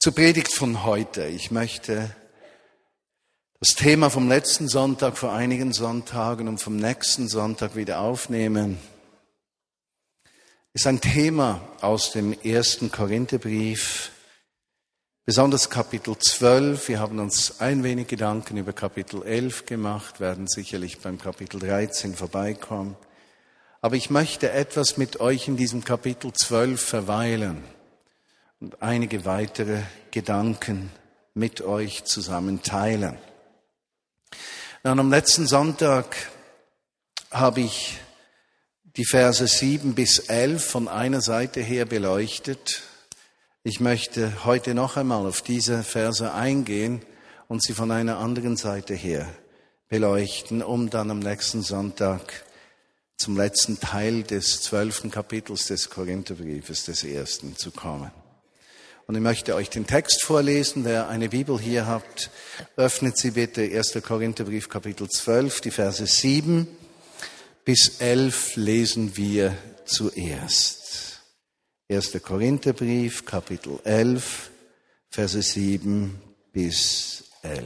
Zur Predigt von heute. Ich möchte das Thema vom letzten Sonntag, vor einigen Sonntagen und vom nächsten Sonntag wieder aufnehmen. Ist ein Thema aus dem 1. Korintherbrief, besonders Kapitel 12. Wir haben uns ein wenig Gedanken über Kapitel 11 gemacht, werden sicherlich beim Kapitel 13 vorbeikommen. Aber ich möchte etwas mit euch in diesem Kapitel 12 verweilen und einige weitere Gedanken mit euch zusammen teilen. Dann am letzten Sonntag habe ich die Verse 7 bis 11 von einer Seite her beleuchtet. Ich möchte heute noch einmal auf diese Verse eingehen und sie von einer anderen Seite her beleuchten, um dann am nächsten Sonntag zum letzten Teil des 12. Kapitels des Korintherbriefes, des ersten, zu kommen. Und ich möchte euch den Text vorlesen. Wer eine Bibel hier habt, öffnet sie bitte. 1. Korintherbrief, Kapitel 12, die Verse 7 bis 11 lesen wir zuerst. 1. Korintherbrief, Kapitel 11, Verse 7 bis 11.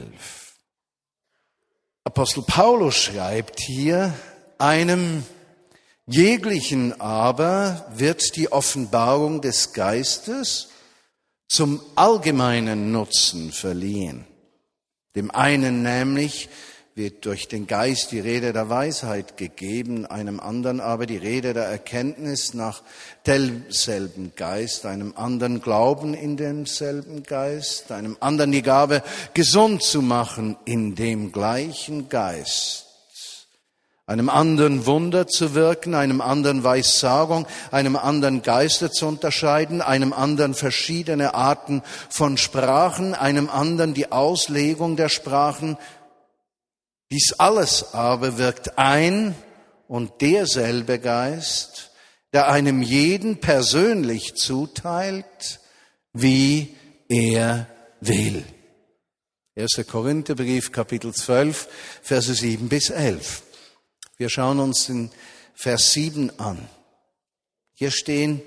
Apostel Paulus schreibt hier: Einem jeglichen aber wird die Offenbarung des Geistes zum allgemeinen Nutzen verliehen. Dem einen nämlich wird durch den Geist die Rede der Weisheit gegeben, einem anderen aber die Rede der Erkenntnis nach demselben Geist, einem anderen Glauben in demselben Geist, einem anderen die Gabe, gesund zu machen in dem gleichen Geist, einem anderen Wunder zu wirken, einem anderen Weissagung, einem anderen Geister zu unterscheiden, einem anderen verschiedene Arten von Sprachen, einem anderen die Auslegung der Sprachen. Dies alles aber wirkt ein und derselbe Geist, der einem jeden persönlich zuteilt, wie er will. 1. Korintherbrief, Kapitel 12, Verse 7 bis 11. Wir schauen uns den Vers 7 an. Hier stehen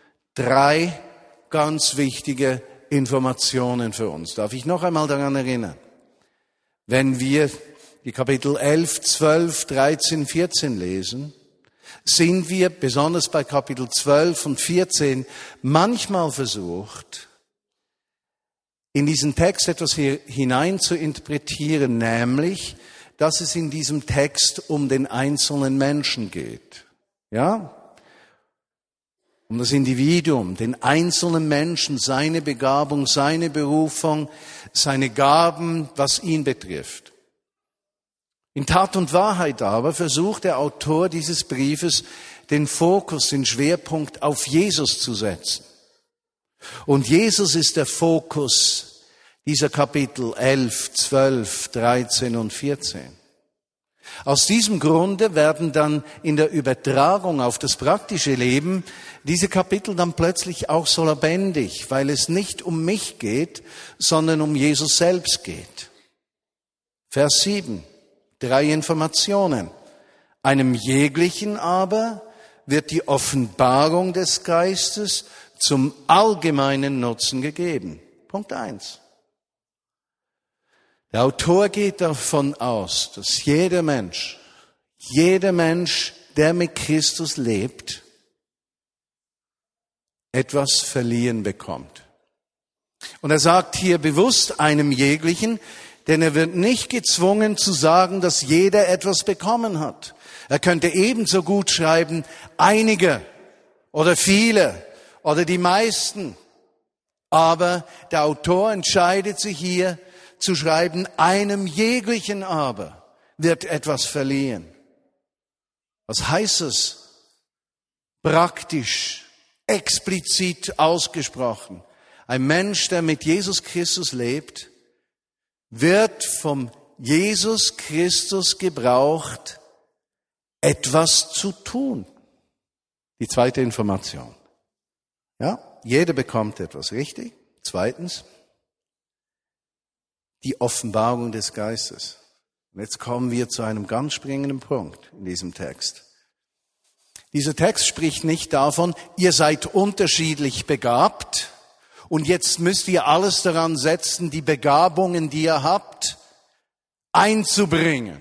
3 ganz wichtige Informationen für uns. Darf ich noch einmal daran erinnern? Wenn wir die Kapitel 11, 12, 13, 14 lesen, sind wir besonders bei Kapitel 12 und 14 manchmal versucht, in diesen Text etwas hier hinein zu interpretieren, nämlich, dass es in diesem Text um den einzelnen Menschen geht. Ja? Um das Individuum, den einzelnen Menschen, seine Begabung, seine Berufung, seine Gaben, was ihn betrifft. In Tat und Wahrheit aber versucht der Autor dieses Briefes, den Fokus, den Schwerpunkt auf Jesus zu setzen. Und Jesus ist der Fokus dieser Kapitel 11, 12, 13 und 14. Aus diesem Grunde werden dann in der Übertragung auf das praktische Leben diese Kapitel dann plötzlich auch so lebendig, weil es nicht um mich geht, sondern um Jesus selbst geht. Vers 7, 3 Informationen. Einem jeglichen aber wird die Offenbarung des Geistes zum allgemeinen Nutzen gegeben. Punkt 1. Der Autor geht davon aus, dass jeder Mensch, der mit Christus lebt, etwas verliehen bekommt. Und er sagt hier bewusst einem jeglichen, denn er wird nicht gezwungen zu sagen, dass jeder etwas bekommen hat. Er könnte ebenso gut schreiben, einige oder viele oder die meisten. Aber der Autor entscheidet sich hier zu schreiben, einem jeglichen aber wird etwas verliehen. Was heißt es? Praktisch, explizit ausgesprochen. Ein Mensch, der mit Jesus Christus lebt, wird vom Jesus Christus gebraucht, etwas zu tun. Die zweite Information. Ja, jeder bekommt etwas, richtig? Zweitens, die Offenbarung des Geistes. Und jetzt kommen wir zu einem ganz springenden Punkt in diesem Text. Dieser Text spricht nicht davon, ihr seid unterschiedlich begabt Und jetzt müsst ihr alles daran setzen, die Begabungen, die ihr habt, einzubringen.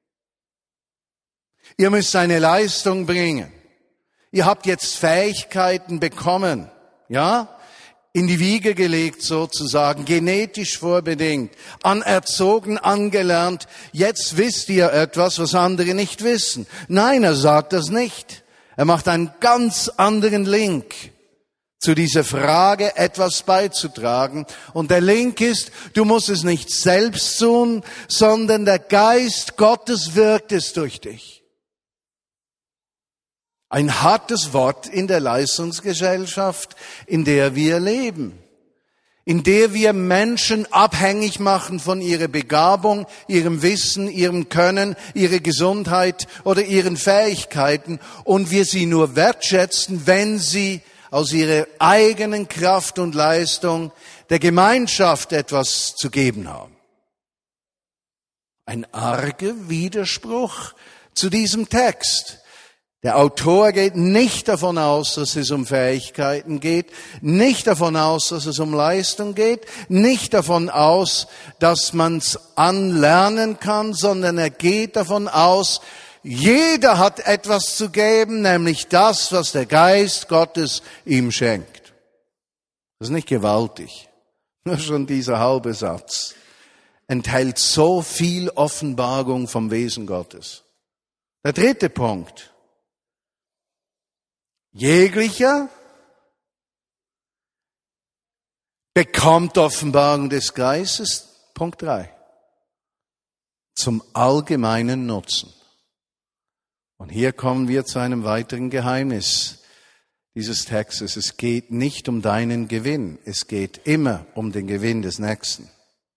Ihr müsst eine Leistung bringen. Ihr habt jetzt Fähigkeiten bekommen, ja? In die Wiege gelegt sozusagen, genetisch vorbedingt, anerzogen, angelernt. Jetzt wisst ihr etwas, was andere nicht wissen. Nein, er sagt das nicht. Er macht einen ganz anderen Link zu dieser Frage, etwas beizutragen. Und der Link ist, du musst es nicht selbst tun, sondern der Geist Gottes wirkt es durch dich. Ein hartes Wort in der Leistungsgesellschaft, in der wir leben, in der wir Menschen abhängig machen von ihrer Begabung, ihrem Wissen, ihrem Können, ihrer Gesundheit oder ihren Fähigkeiten und wir sie nur wertschätzen, wenn sie aus ihrer eigenen Kraft und Leistung der Gemeinschaft etwas zu geben haben. Ein arger Widerspruch zu diesem Text. Der Autor geht nicht davon aus, dass es um Fähigkeiten geht, nicht davon aus, dass es um Leistung geht, nicht davon aus, dass man es anlernen kann, sondern er geht davon aus, jeder hat etwas zu geben, nämlich das, was der Geist Gottes ihm schenkt. Das ist nicht gewaltig. Nur schon dieser halbe Satz enthält so viel Offenbarung vom Wesen Gottes. Der dritte Punkt. Jeglicher bekommt Offenbarung des Geistes, Punkt 3, zum allgemeinen Nutzen. Und hier kommen wir zu einem weiteren Geheimnis dieses Textes. Es geht nicht um deinen Gewinn, es geht immer um den Gewinn des Nächsten.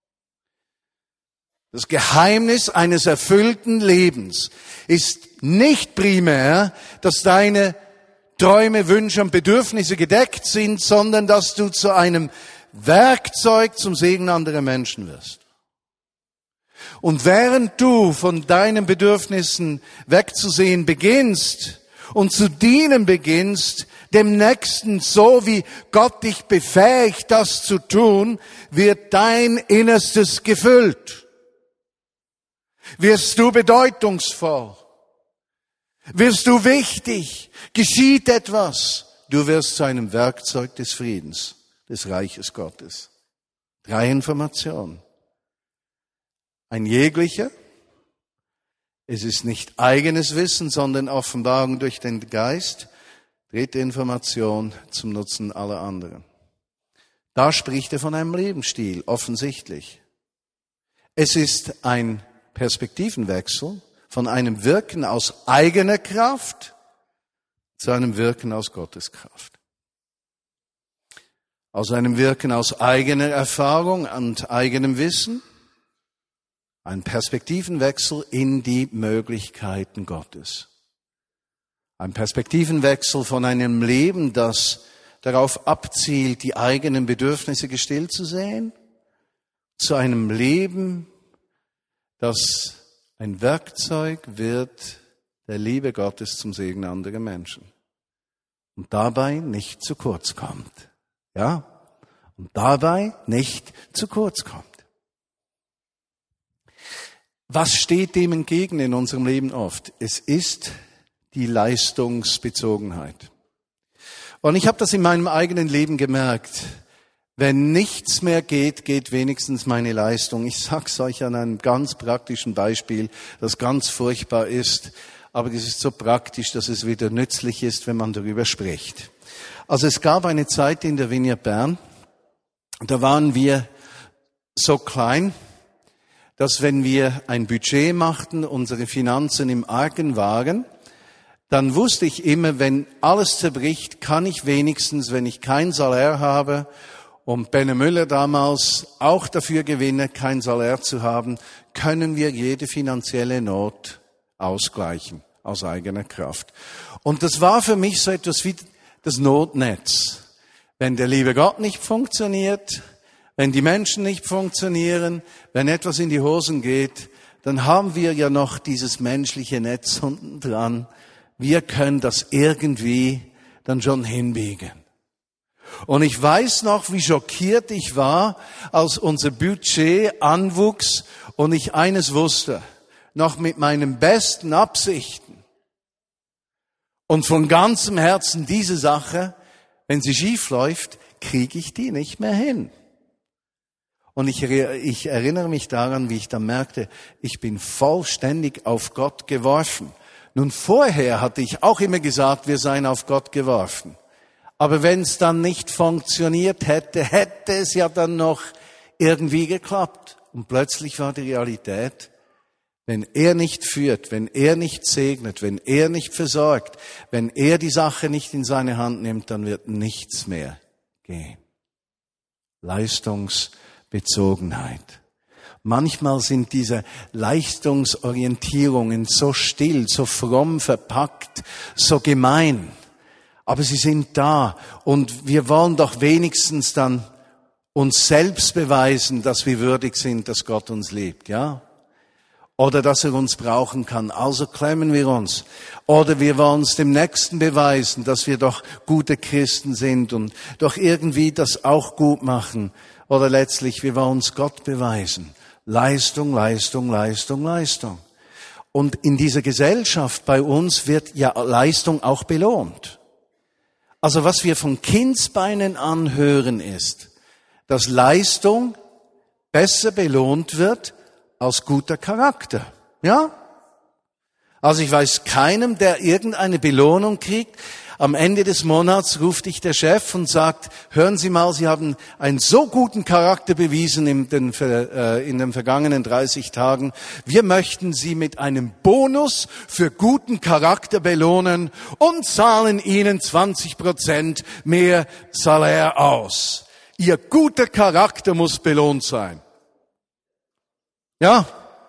Das Geheimnis eines erfüllten Lebens ist nicht primär, dass deine Träume, Wünsche und Bedürfnisse gedeckt sind, sondern dass du zu einem Werkzeug zum Segen anderer Menschen wirst. Und während du von deinen Bedürfnissen wegzusehen beginnst und zu dienen beginnst, dem Nächsten, so wie Gott dich befähigt, das zu tun, wird dein Innerstes gefüllt. Wirst du bedeutungsvoll. Wirst du wichtig, geschieht etwas, du wirst zu einem Werkzeug des Friedens, des Reiches Gottes. 3 Informationen. Ein jeglicher, es ist nicht eigenes Wissen, sondern Offenbarung durch den Geist. 3. Information zum Nutzen aller anderen. Da spricht er von einem Lebensstil, offensichtlich. Es ist ein Perspektivenwechsel von einem Wirken aus eigener Kraft zu einem Wirken aus Gottes Kraft. Aus einem Wirken aus eigener Erfahrung und eigenem Wissen, ein Perspektivenwechsel in die Möglichkeiten Gottes. Ein Perspektivenwechsel von einem Leben, das darauf abzielt, die eigenen Bedürfnisse gestillt zu sehen, zu einem Leben, das ein Werkzeug wird der Liebe Gottes zum Segen anderer Menschen. Und dabei nicht zu kurz kommt. Ja? Und dabei nicht zu kurz kommt. Was steht dem entgegen in unserem Leben oft? Es ist die Leistungsbezogenheit. Und ich habe das in meinem eigenen Leben gemerkt. Wenn nichts mehr geht, geht wenigstens meine Leistung. Ich sag's euch an einem ganz praktischen Beispiel, das ganz furchtbar ist, aber es ist so praktisch, dass es wieder nützlich ist, wenn man darüber spricht. Also es gab eine Zeit in der Vineyard Bern, da waren wir so klein, dass wenn wir ein Budget machten, unsere Finanzen im Argen waren, dann wusste ich immer, wenn alles zerbricht, kann ich wenigstens, wenn ich kein Salär habe, und Benne Müller damals auch dafür gewinnen, kein Salär zu haben, können wir jede finanzielle Not ausgleichen aus eigener Kraft. Und das war für mich so etwas wie das Notnetz. Wenn der liebe Gott nicht funktioniert, wenn die Menschen nicht funktionieren, wenn etwas in die Hosen geht, dann haben wir ja noch dieses menschliche Netz unten dran. Wir können das irgendwie dann schon hinbiegen. Und ich weiß noch, wie schockiert ich war, als unser Budget anwuchs und ich eines wusste, noch mit meinen besten Absichten und von ganzem Herzen diese Sache, wenn sie schief läuft, kriege ich die nicht mehr hin. Und ich erinnere mich daran, wie ich dann merkte, ich bin vollständig auf Gott geworfen. Nun, vorher hatte ich auch immer gesagt, wir seien auf Gott geworfen. Aber wenn es dann nicht funktioniert hätte, hätte es ja dann noch irgendwie geklappt. Und plötzlich war die Realität, wenn er nicht führt, wenn er nicht segnet, wenn er nicht versorgt, wenn er die Sache nicht in seine Hand nimmt, dann wird nichts mehr gehen. Leistungsbezogenheit. Manchmal sind diese Leistungsorientierungen so still, so fromm verpackt, so gemein. Aber sie sind da und wir wollen doch wenigstens dann uns selbst beweisen, dass wir würdig sind, dass Gott uns liebt, ja? Oder dass er uns brauchen kann. Also klemmen wir uns. Oder wir wollen es dem Nächsten beweisen, dass wir doch gute Christen sind und doch irgendwie das auch gut machen. Oder letztlich, wir wollen uns Gott beweisen. Leistung, Leistung, Leistung, Leistung. Und in dieser Gesellschaft bei uns wird ja Leistung auch belohnt. Also was wir von Kindsbeinen anhören ist, dass Leistung besser belohnt wird als guter Charakter. Ja? Also ich weiß keinem, der irgendeine Belohnung kriegt. Am Ende des Monats ruft dich der Chef und sagt, hören Sie mal, Sie haben einen so guten Charakter bewiesen in den vergangenen 30 Tagen. Wir möchten Sie mit einem Bonus für guten Charakter belohnen und zahlen Ihnen 20% mehr Salär aus. Ihr guter Charakter muss belohnt sein. Ja?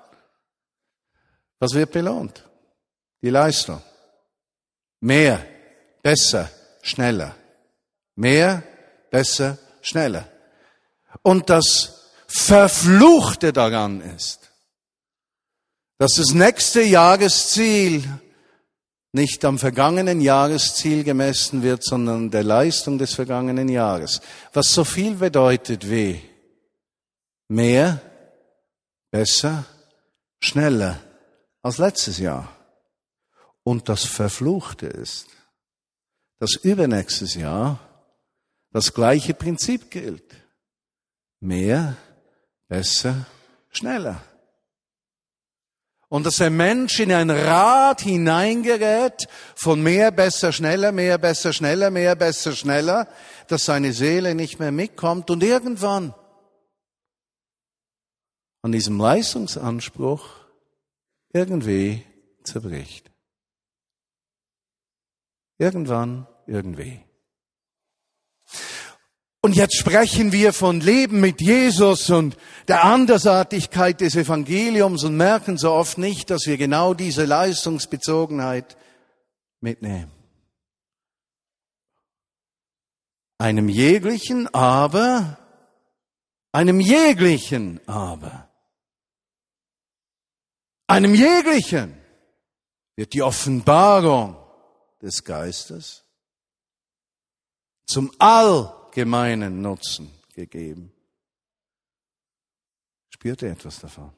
Was wird belohnt? Die Leistung. Mehr. Besser, schneller. Mehr, besser, schneller. Und das Verfluchte daran ist, dass das nächste Jahresziel nicht am vergangenen Jahresziel gemessen wird, sondern der Leistung des vergangenen Jahres. Was so viel bedeutet wie mehr, besser, schneller als letztes Jahr. Und das Verfluchte ist, dass übernächstes Jahr das gleiche Prinzip gilt. Mehr, besser, schneller. Und dass ein Mensch in ein Rad hineingerät von mehr, besser, schneller, mehr, besser, schneller, mehr, besser, schneller, dass seine Seele nicht mehr mitkommt und irgendwann an diesem Leistungsanspruch irgendwie zerbricht. Irgendwann, irgendwie. Und jetzt sprechen wir von Leben mit Jesus und der Andersartigkeit des Evangeliums und merken so oft nicht, dass wir genau diese Leistungsbezogenheit mitnehmen. Einem jeglichen aber wird die Offenbarung des Geistes zum allgemeinen Nutzen gegeben. Spürt ihr etwas davon?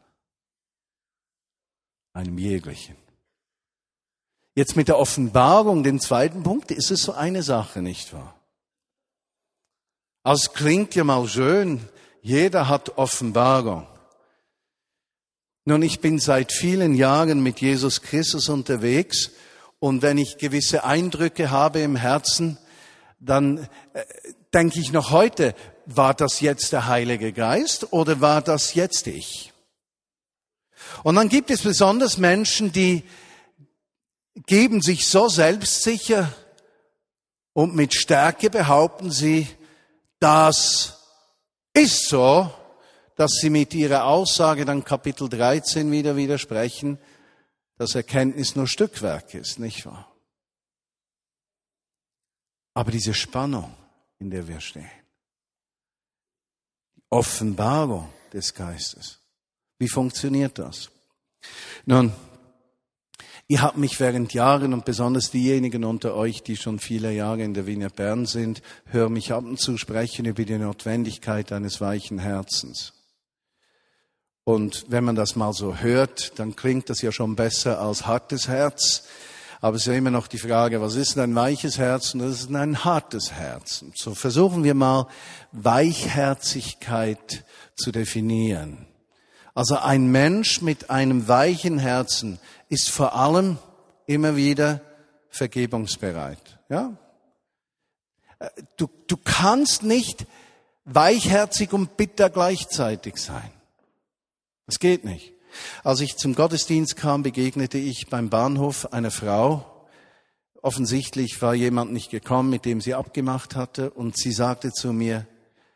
Einem jeglichen. Jetzt mit der Offenbarung, dem zweiten Punkt, ist es so eine Sache, nicht wahr? Also es klingt ja mal schön, jeder hat Offenbarung. Nun, ich bin seit vielen Jahren mit Jesus Christus unterwegs und wenn ich gewisse Eindrücke habe im Herzen, dann denke ich noch heute, war das jetzt der Heilige Geist oder war das jetzt ich? Und dann gibt es besonders Menschen, die geben sich so selbstsicher und mit Stärke behaupten sie, das ist so, dass sie mit ihrer Aussage dann Kapitel 13 wieder widersprechen, dass Erkenntnis nur Stückwerk ist, nicht wahr? Aber diese Spannung, in der wir stehen, die Offenbarung des Geistes, wie funktioniert das? Nun, Ihr habt mich während Jahren und besonders diejenigen unter euch, die schon viele Jahre in der Vineyard Bern sind, hören mich ab und zu sprechen über die Notwendigkeit eines weichen Herzens. Und wenn man das mal so hört, dann klingt das ja schon besser als hartes Herz. Aber es ist ja immer noch die Frage, was ist denn ein weiches Herz und was ist denn ein hartes Herz? So versuchen wir mal, Weichherzigkeit zu definieren. Also ein Mensch mit einem weichen Herzen ist vor allem immer wieder vergebungsbereit. Ja? Du kannst nicht weichherzig und bitter gleichzeitig sein. Das geht nicht. Als ich zum Gottesdienst kam, begegnete ich beim Bahnhof einer Frau. Offensichtlich war jemand nicht gekommen, mit dem sie abgemacht hatte, und sie sagte zu mir,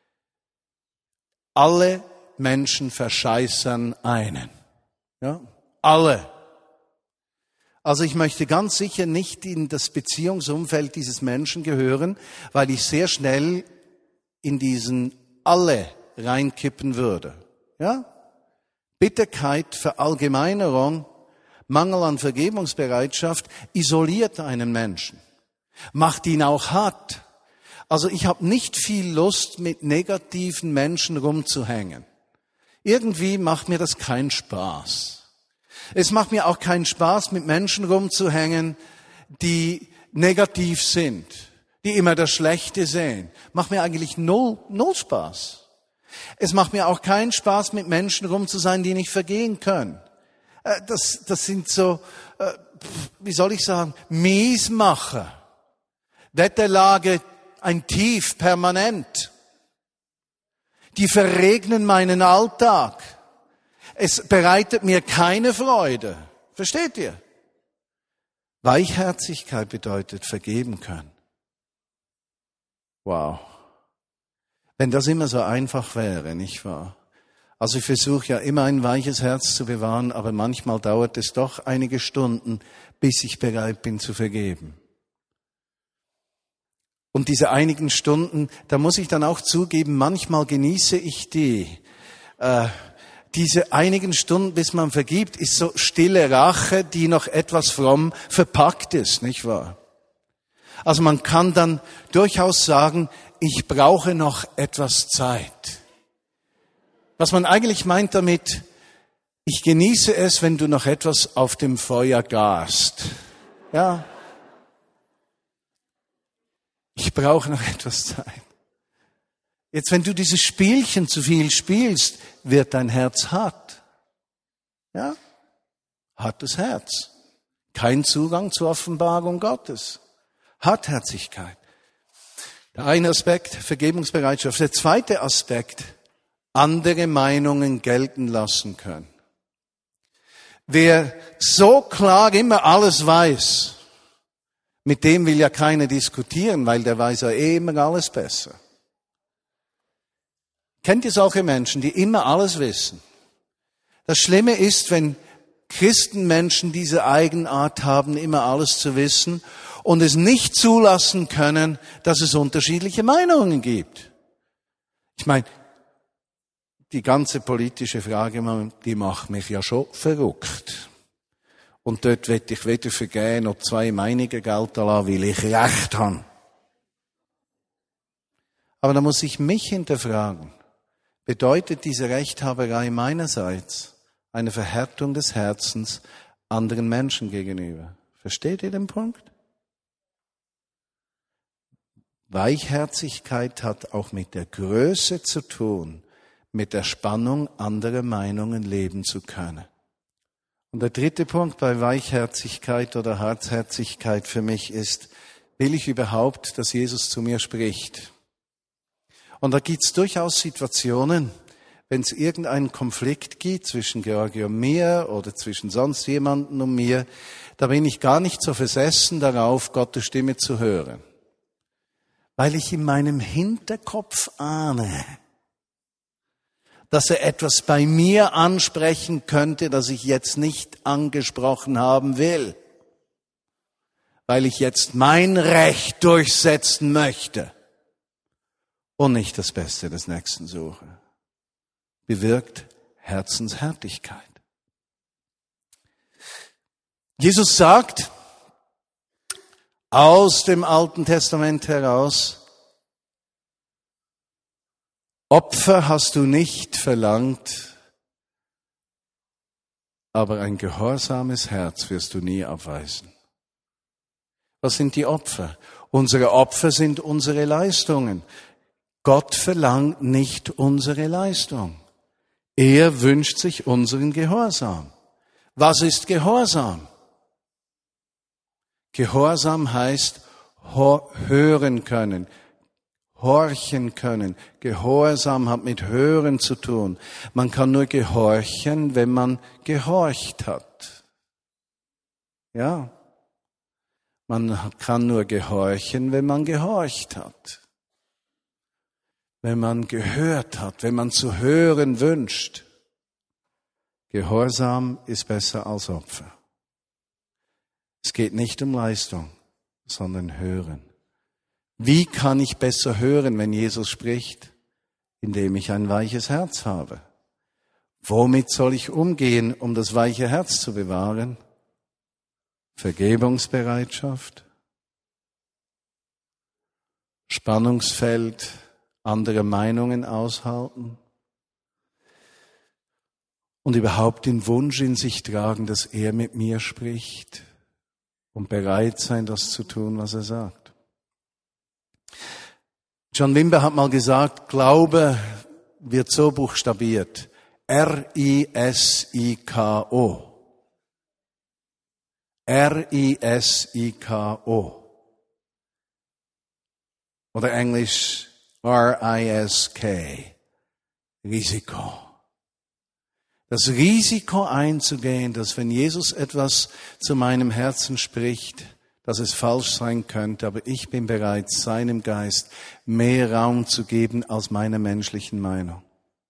alle Menschen verscheißern einen. Ja? Alle. Also ich möchte ganz sicher nicht in das Beziehungsumfeld dieses Menschen gehören, weil ich sehr schnell in diesen alle reinkippen würde. Ja? Bitterkeit, Verallgemeinerung, Mangel an Vergebungsbereitschaft isoliert einen Menschen, macht ihn auch hart. Also ich habe nicht viel Lust, mit negativen Menschen rumzuhängen. Irgendwie macht mir das keinen Spaß. Es macht mir auch keinen Spaß, mit Menschen rumzuhängen, die negativ sind, die immer das Schlechte sehen. Macht mir eigentlich null Spaß. Es macht mir auch keinen Spaß, mit Menschen rum zu sein, die nicht vergehen können. Das sind so, wie soll ich sagen, Miesmacher. Wetterlage, ein Tief permanent. Die verregnen meinen Alltag. Es bereitet mir keine Freude. Versteht ihr? Weichherzigkeit bedeutet vergeben können. Wow. Wenn das immer so einfach wäre, nicht wahr? Also ich versuche ja immer ein weiches Herz zu bewahren, aber manchmal dauert es doch einige Stunden, bis ich bereit bin zu vergeben. Und diese einigen Stunden, da muss ich dann auch zugeben, manchmal genieße ich die. Diese einigen Stunden, bis man vergibt, ist so stille Rache, die noch etwas fromm verpackt ist, nicht wahr? Also man kann dann durchaus sagen, ich brauche noch etwas Zeit. Was man eigentlich meint damit, ich genieße es, wenn du noch etwas auf dem Feuer garst. Ja. Ich brauche noch etwas Zeit. Jetzt, wenn du dieses Spielchen zu viel spielst, wird dein Herz hart. Ja? Hartes Herz. Kein Zugang zur Offenbarung Gottes. Hartherzigkeit. Der eine Aspekt, Vergebungsbereitschaft. Der zweite Aspekt, andere Meinungen gelten lassen können. Wer so klar immer alles weiß, mit dem will ja keiner diskutieren, weil der weiß ja immer alles besser. Kennt ihr solche Menschen, die immer alles wissen? Das Schlimme ist, wenn Christenmenschen diese Eigenart haben, immer alles zu wissen und es nicht zulassen können, dass es unterschiedliche Meinungen gibt. Ich meine, die ganze politische Frage, die macht mich ja schon verrückt. Und dort will ich weder vergehen noch zwei Meinungen gelten lassen, weil ich Recht habe. Aber da muss ich mich hinterfragen. Bedeutet diese Rechthaberei meinerseits eine Verhärtung des Herzens anderen Menschen gegenüber? Versteht ihr den Punkt? Weichherzigkeit hat auch mit der Größe zu tun, mit der Spannung, andere Meinungen leben zu können. Und der dritte Punkt bei Weichherzigkeit oder Hartherzigkeit für mich ist, will ich überhaupt, dass Jesus zu mir spricht? Und da gibt es durchaus Situationen, wenn es irgendeinen Konflikt gibt zwischen Georgi und mir oder zwischen sonst jemandem und mir, da bin ich gar nicht so versessen darauf, Gottes Stimme zu hören. Weil ich in meinem Hinterkopf ahne, dass er etwas bei mir ansprechen könnte, das ich jetzt nicht angesprochen haben will. Weil ich jetzt mein Recht durchsetzen möchte und nicht das Beste des Nächsten suche. Bewirkt Herzenshärtigkeit. Jesus sagt aus dem Alten Testament heraus, Opfer hast du nicht verlangt, aber ein gehorsames Herz wirst du nie abweisen. Was sind die Opfer? Unsere Opfer sind unsere Leistungen. Gott verlangt nicht unsere Leistung. Er wünscht sich unseren Gehorsam. Was ist Gehorsam? Gehorsam heißt hören können, horchen können. Gehorsam hat mit Hören zu tun. Man kann nur gehorchen, wenn man gehorcht hat. Ja. Man kann nur gehorchen, wenn man gehorcht hat. Wenn man gehört hat, wenn man zu hören wünscht. Gehorsam ist besser als Opfer. Es geht nicht um Leistung, sondern Hören. Wie kann ich besser hören, wenn Jesus spricht? Indem ich ein weiches Herz habe. Womit soll ich umgehen, um das weiche Herz zu bewahren? Vergebungsbereitschaft, Spannungsfeld, andere Meinungen aushalten und überhaupt den Wunsch in sich tragen, dass er mit mir spricht und bereit sein, das zu tun, was er sagt. John Wimber hat mal gesagt, Glaube wird so buchstabiert, R-I-S-I-K-O. R-I-S-I-K-O. Oder Englisch R-I-S-K. Risiko. Das Risiko einzugehen, dass wenn Jesus etwas zu meinem Herzen spricht, dass es falsch sein könnte, aber ich bin bereit, seinem Geist mehr Raum zu geben als meiner menschlichen Meinung.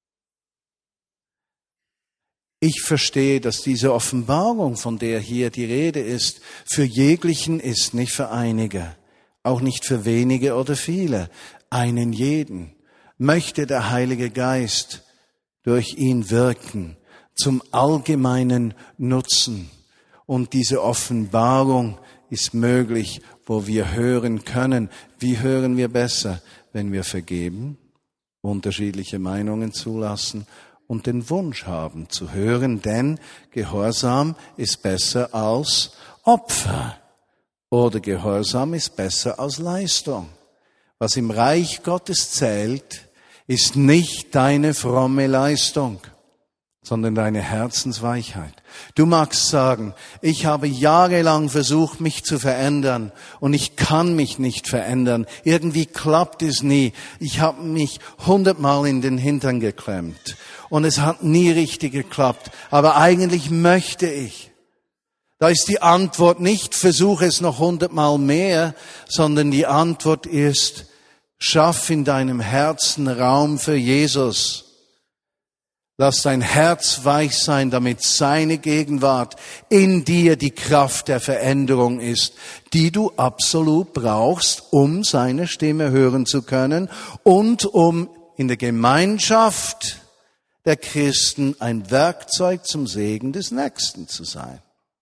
Ich verstehe, dass diese Offenbarung, von der hier die Rede ist, für jeglichen ist, nicht für einige, auch nicht für wenige oder viele, einen jeden. Möchte der Heilige Geist durch ihn wirken, zum allgemeinen Nutzen. Und diese Offenbarung ist möglich, wo wir hören können. Wie hören wir besser? Wenn wir vergeben, unterschiedliche Meinungen zulassen und den Wunsch haben zu hören, denn Gehorsam ist besser als Opfer oder Gehorsam ist besser als Leistung. Was im Reich Gottes zählt, ist nicht deine fromme Leistung, sondern deine Herzensweichheit. Du magst sagen, ich habe jahrelang versucht, mich zu verändern und ich kann mich nicht verändern. Irgendwie klappt es nie. Ich habe mich 100-mal in den Hintern geklemmt und es hat nie richtig geklappt. Aber eigentlich möchte ich. Da ist die Antwort nicht, versuche es noch 100-mal mehr, sondern die Antwort ist, schaff in deinem Herzen Raum für Jesus. Lass dein Herz weich sein, damit seine Gegenwart in dir die Kraft der Veränderung ist, die du absolut brauchst, um seine Stimme hören zu können und um in der Gemeinschaft der Christen ein Werkzeug zum Segen des Nächsten zu sein.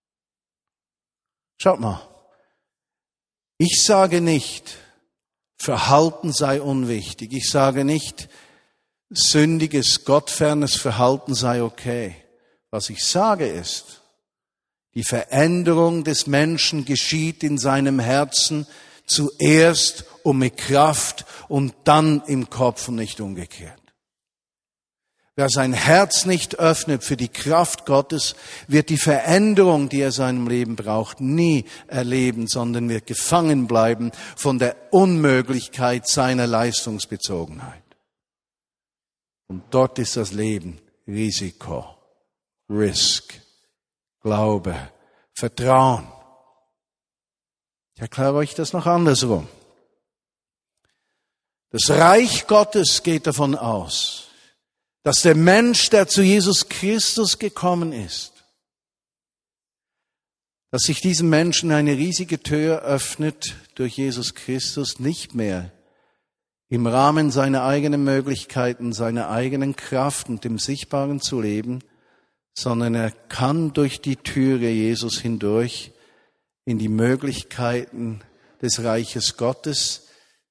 Schaut mal, ich sage nicht, Verhalten sei unwichtig. Ich sage nicht, sündiges, gottfernes Verhalten sei okay. Was ich sage ist, die Veränderung des Menschen geschieht in seinem Herzen zuerst und mit Kraft und dann im Kopf und nicht umgekehrt. Wer sein Herz nicht öffnet für die Kraft Gottes, wird die Veränderung, die er seinem Leben braucht, nie erleben, sondern wird gefangen bleiben von der Unmöglichkeit seiner Leistungsbezogenheit. Und dort ist das Leben Risiko, Risk, Glaube, Vertrauen. Ich erkläre euch das noch andersrum. Das Reich Gottes geht davon aus, dass der Mensch, der zu Jesus Christus gekommen ist, dass sich diesem Menschen eine riesige Tür öffnet durch Jesus Christus, nicht mehr im Rahmen seiner eigenen Möglichkeiten, seiner eigenen Kraft und dem Sichtbaren zu leben, sondern er kann durch die Türe Jesus hindurch in die Möglichkeiten des Reiches Gottes,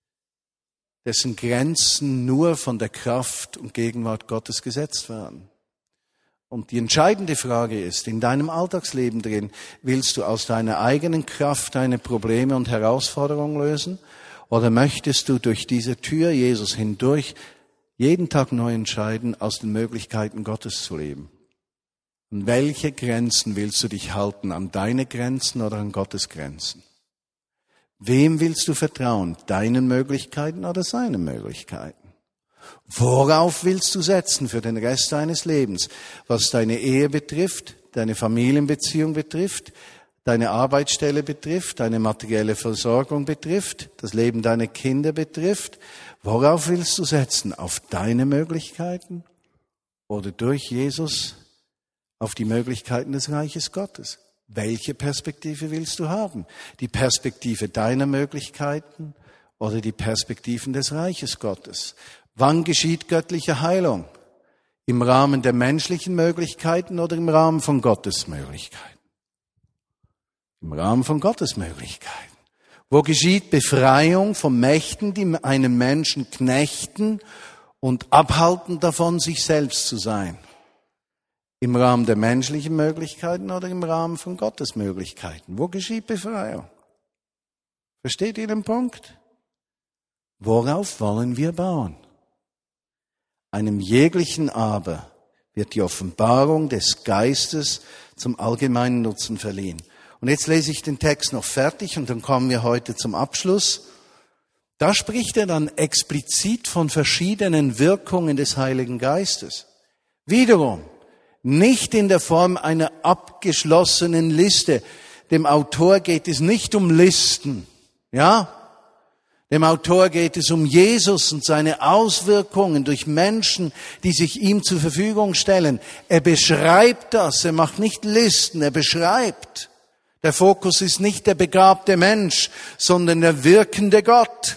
dessen Grenzen nur von der Kraft und Gegenwart Gottes gesetzt werden. Und die entscheidende Frage ist, in deinem Alltagsleben drin, willst du aus deiner eigenen Kraft deine Probleme und Herausforderungen lösen? Oder möchtest du durch diese Tür Jesus hindurch jeden Tag neu entscheiden, aus den Möglichkeiten Gottes zu leben? An welche Grenzen willst du dich halten? An deine Grenzen oder an Gottes Grenzen? Wem willst du vertrauen? Deinen Möglichkeiten oder seinen Möglichkeiten? Worauf willst du setzen für den Rest deines Lebens? Was deine Ehe betrifft, deine Familienbeziehung betrifft, deine Arbeitsstelle betrifft, deine materielle Versorgung betrifft, das Leben deiner Kinder betrifft. Worauf willst du setzen? Auf deine Möglichkeiten oder durch Jesus auf die Möglichkeiten des Reiches Gottes? Welche Perspektive willst du haben? Die Perspektive deiner Möglichkeiten oder die Perspektiven des Reiches Gottes? Wann geschieht göttliche Heilung? Im Rahmen der menschlichen Möglichkeiten oder im Rahmen von Gottes Möglichkeiten? Im Rahmen von Gottes Möglichkeiten. Wo geschieht Befreiung von Mächten, die einen Menschen knechten und abhalten davon, sich selbst zu sein? Im Rahmen der menschlichen Möglichkeiten oder im Rahmen von Gottes Möglichkeiten? Wo geschieht Befreiung? Versteht ihr den Punkt? Worauf wollen wir bauen? Einem jeglichen aber wird die Offenbarung des Geistes zum allgemeinen Nutzen verliehen. Und jetzt lese ich den Text noch fertig und dann kommen wir heute zum Abschluss. Da spricht er dann explizit von verschiedenen Wirkungen des Heiligen Geistes. Wiederum, nicht in der Form einer abgeschlossenen Liste. Dem Autor geht es nicht um Listen, ja? Dem Autor geht es um Jesus und seine Auswirkungen durch Menschen, die sich ihm zur Verfügung stellen. Er beschreibt das, er macht nicht Listen, er beschreibt. Der Fokus ist nicht der begabte Mensch, sondern der wirkende Gott.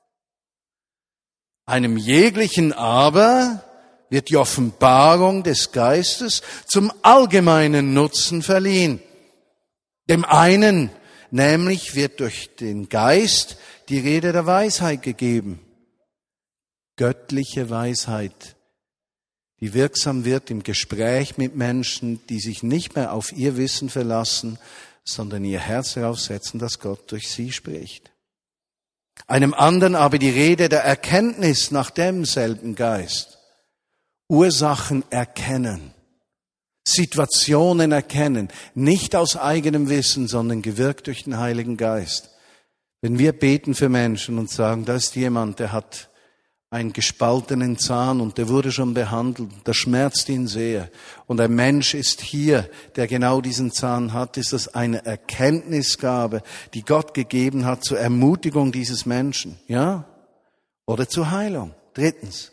Einem jeglichen aber wird die Offenbarung des Geistes zum allgemeinen Nutzen verliehen. Dem einen nämlich wird durch den Geist die Rede der Weisheit gegeben. Göttliche Weisheit, die wirksam wird im Gespräch mit Menschen, die sich nicht mehr auf ihr Wissen verlassen, sondern ihr Herz darauf setzen, dass Gott durch sie spricht. Einem anderen aber die Rede der Erkenntnis nach demselben Geist. Ursachen erkennen, Situationen erkennen, nicht aus eigenem Wissen, sondern gewirkt durch den Heiligen Geist. Wenn wir beten für Menschen und sagen, da ist jemand, der hat einen gespaltenen Zahn und der wurde schon behandelt, das schmerzt ihn sehr. Und ein Mensch ist hier, der genau diesen Zahn hat, ist das eine Erkenntnisgabe, die Gott gegeben hat zur Ermutigung dieses Menschen, ja? Oder zur Heilung. Drittens.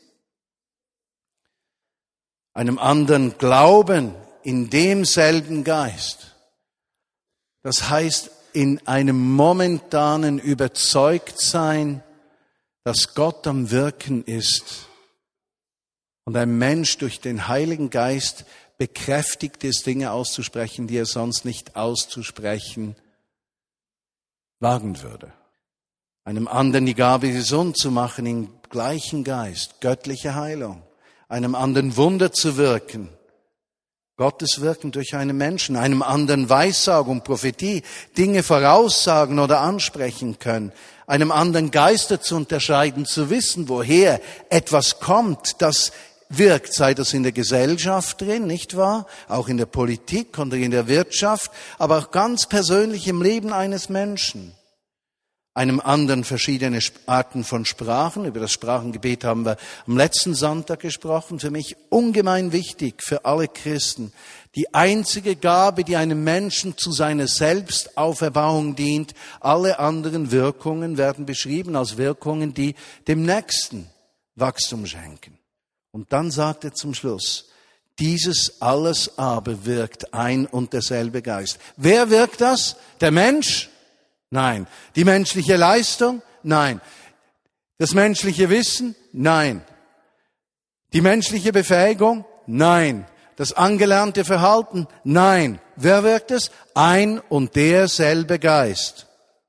Einem anderen Glauben in demselben Geist. Das heißt, in einem momentanen Überzeugtsein, dass Gott am Wirken ist und ein Mensch durch den Heiligen Geist bekräftigt ist, Dinge auszusprechen, die er sonst nicht auszusprechen wagen würde. Einem anderen die Gabe, gesund zu machen im gleichen Geist, göttliche Heilung. Einem anderen Wunder zu wirken, Gottes Wirken durch einen Menschen, einem anderen Weissagung, Prophetie, Dinge voraussagen oder ansprechen können, einem anderen Geister zu unterscheiden, zu wissen, woher etwas kommt, das wirkt, sei das in der Gesellschaft drin, nicht wahr? Auch in der Politik oder in der Wirtschaft, aber auch ganz persönlich im Leben eines Menschen. Einem anderen verschiedene Arten von Sprachen. Über das Sprachengebet haben wir am letzten Sonntag gesprochen. Für mich ungemein wichtig, für alle Christen. Die einzige Gabe, die einem Menschen zu seiner Selbstauferbauung dient. Alle anderen Wirkungen werden beschrieben als Wirkungen, die dem Nächsten Wachstum schenken. Und dann sagt er zum Schluss, dieses alles aber wirkt ein und derselbe Geist. Wer wirkt das? Der Mensch? Nein. Die menschliche Leistung? Nein. Das menschliche Wissen? Nein. Die menschliche Befähigung? Nein. das angelernte Verhalten? Nein. Wer wirkt es? Ein und derselbe Geist.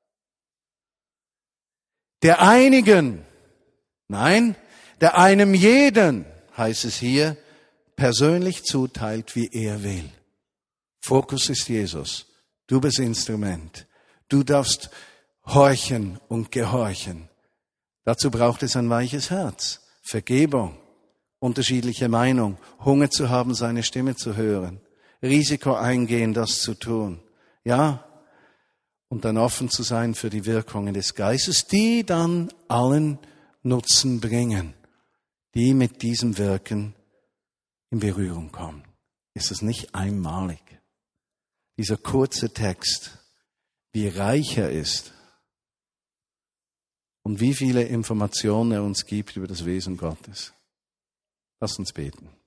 Der einigen, nein, der einem jeden, heißt es hier, persönlich zuteilt, wie er will. Fokus ist Jesus. Du bist Instrument. Du darfst horchen und gehorchen. Dazu braucht es ein weiches Herz, Vergebung, unterschiedliche Meinung, Hunger zu haben, seine Stimme zu hören, Risiko eingehen, das zu tun. Ja, und dann offen zu sein für die Wirkungen des Geistes, die dann allen Nutzen bringen, die mit diesem Wirken in Berührung kommen. Ist es nicht einmalig? Dieser kurze Text, wie reich er ist und wie viele Informationen er uns gibt über das Wesen Gottes. Lass uns beten.